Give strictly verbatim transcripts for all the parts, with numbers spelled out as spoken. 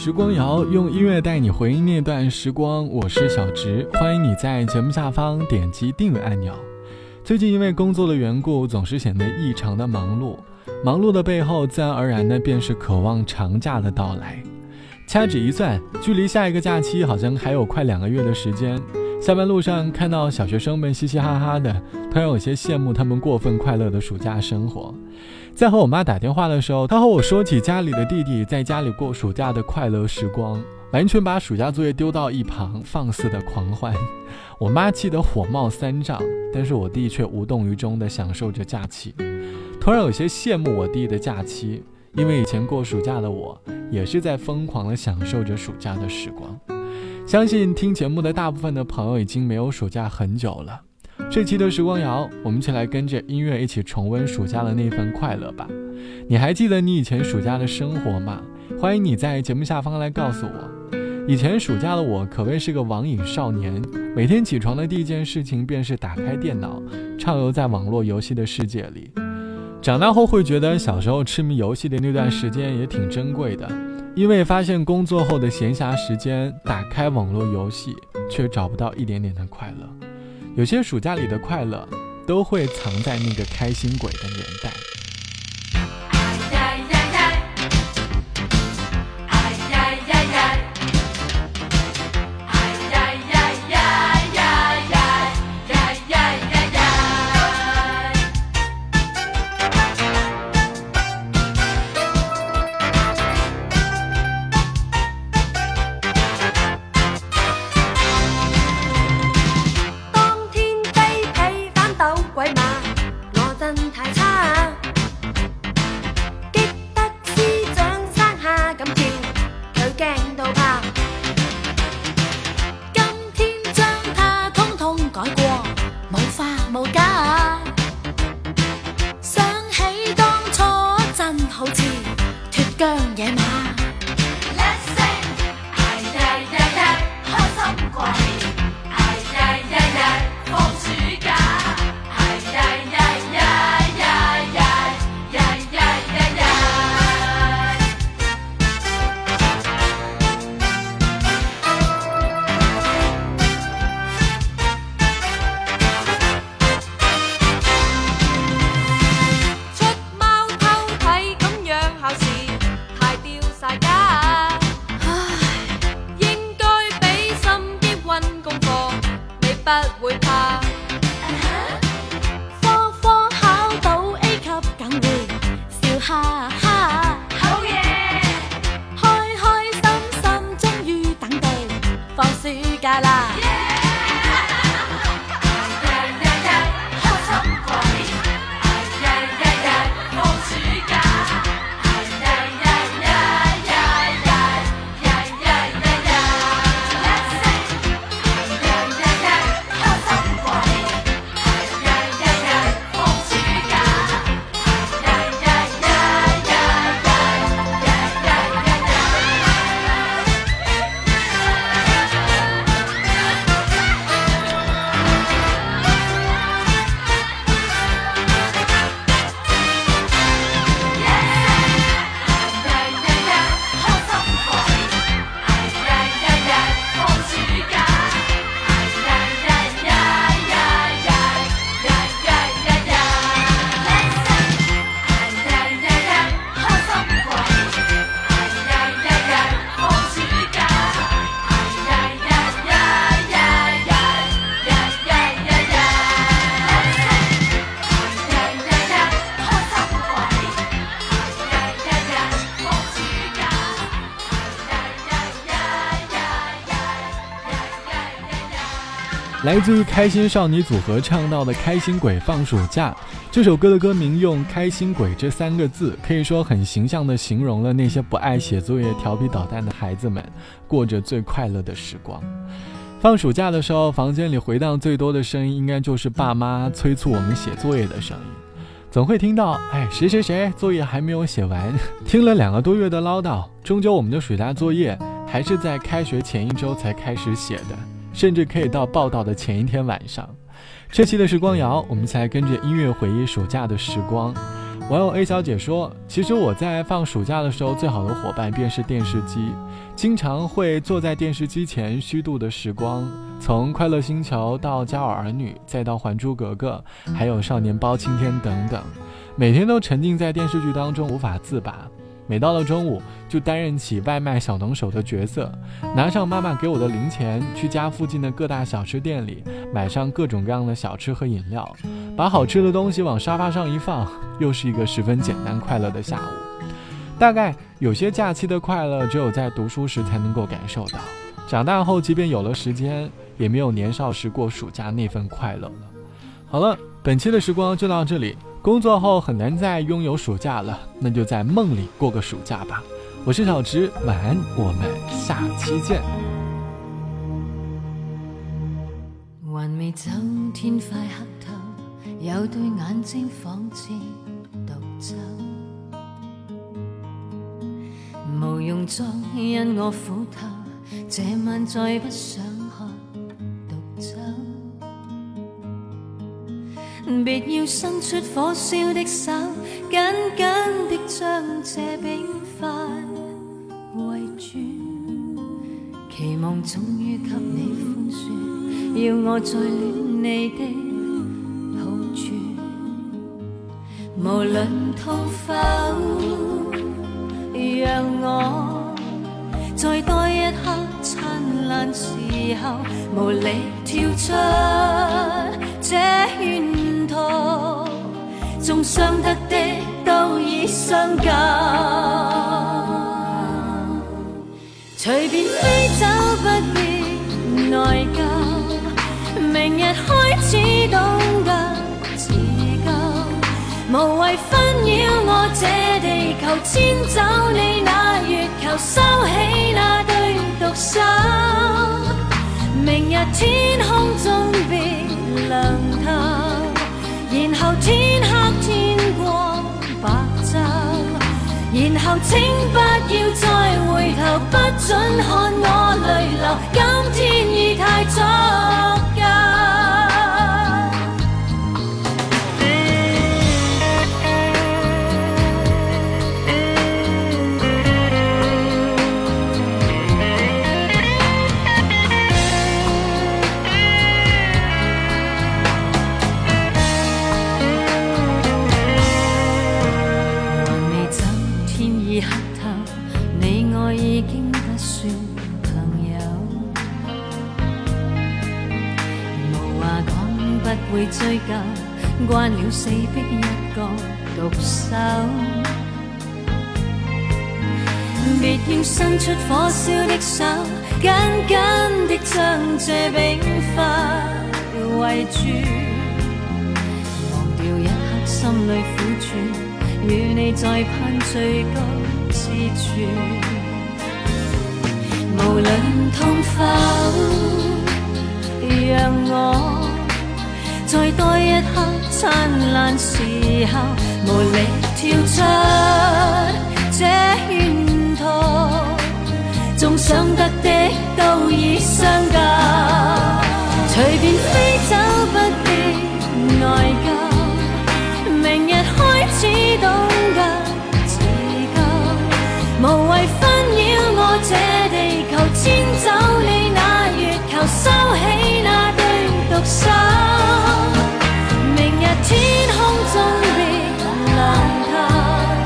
时光谣，用音乐带你回忆那段时光。我是小直，欢迎你在节目下方点击订阅按钮。最近因为工作的缘故，总是显得异常的忙碌，忙碌的背后自然而然的便是渴望长假的到来。掐指一算，距离下一个假期好像还有快两个月的时间。下班路上看到小学生们嘻嘻哈哈的，突然有些羡慕他们过分快乐的暑假生活。在和我妈打电话的时候，她和我说起家里的弟弟在家里过暑假的快乐时光，完全把暑假作业丢到一旁，放肆的狂欢。我妈气得火冒三丈，但是我弟却无动于衷地享受着假期。突然有些羡慕我弟的假期，因为以前过暑假的我也是在疯狂地享受着暑假的时光。相信听节目的大部分的朋友已经没有暑假很久了。这期的时光谣，我们一起来跟着音乐一起重温暑假的那份快乐吧。你还记得你以前暑假的生活吗？欢迎你在节目下方来告诉我。以前暑假的我可谓是个网瘾少年，每天起床的第一件事情便是打开电脑，畅游在网络游戏的世界里。长大后会觉得小时候痴迷游戏的那段时间也挺珍贵的，因为发现工作后的闲暇时间打开网络游戏却找不到一点点的快乐。有些暑假里的快乐都会藏在那个开心鬼的年代。 不會怕，科科考到 A 級梗會笑哈哈，好嘢！開開心心終於等到放暑假啦！ 来自于开心少女组合唱到的开心鬼放暑假，这首歌的歌名用开心鬼这三个字，可以说很形象地形容了那些不爱写作业调皮捣蛋的孩子们过着最快乐的时光。放暑假的时候，房间里回荡最多的声音应该就是爸妈催促我们写作业的声音，总会听到哎谁谁谁作业还没有写完。听了两个多月的唠叨，终究我们的暑假作业还是在开学前一周才开始写的，甚至可以到报道的前一天晚上。这期的时光谣，我们才跟着音乐回忆暑假的时光。 网友 A 小姐说，其实我在放暑假的时候，最好的伙伴便是电视机，经常会坐在电视机前虚度的时光，从快乐星球到家有儿女，再到还珠格格，还有少年包青天等等，每天都沉浸在电视剧当中无法自拔。每到了中午，就担任起外卖小能手的角色，拿上妈妈给我的零钱，去家附近的各大小吃店里买上各种各样的小吃和饮料，把好吃的东西往沙发上一放，又是一个十分简单快乐的下午。大概有些假期的快乐只有在读书时才能够感受到，长大后即便有了时间，也没有年少时过暑假那份快乐了。好了，本期的时光就到这里，工作后很难再拥有暑假了，那就在梦里过个暑假吧。我是小直，晚安，我们下期见。 還未走，天快黑透，有對眼睛仿似獨走，無用再因我苦透，這晚再不想看獨走。別要伸出火燒的手，緊緊的將這冰塊圍住，期望終於給你寬恕，要我再戀你的好處，無論痛否，讓我再多一刻燦爛時候，無力跳出這圈套，縱傷得的都已傷夠，隨便飛走不必內疚，明日開始懂得自救，無謂紛擾我這地球，遷走你那月球，收起那對獨手，明日天空中別亮透，然後天黑天光白晝，然後請不要再回頭，不准看我淚流，今天已太足夠。會追究，慣了死逼一個獨守，別要伸出火燒的手，緊緊的將這冰塊圍住，忘掉一刻心裏苦楚，與你再攀最高之處，無論痛否，讓我再多一刻燦爛時候，無力跳出這圈套，縱想得的都已傷夠，隨便飛走不必內疚，明日開始懂得自救，無謂紛擾我這地球，遷走你那月球，收起那對獨手，明日天空中別亮透，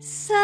失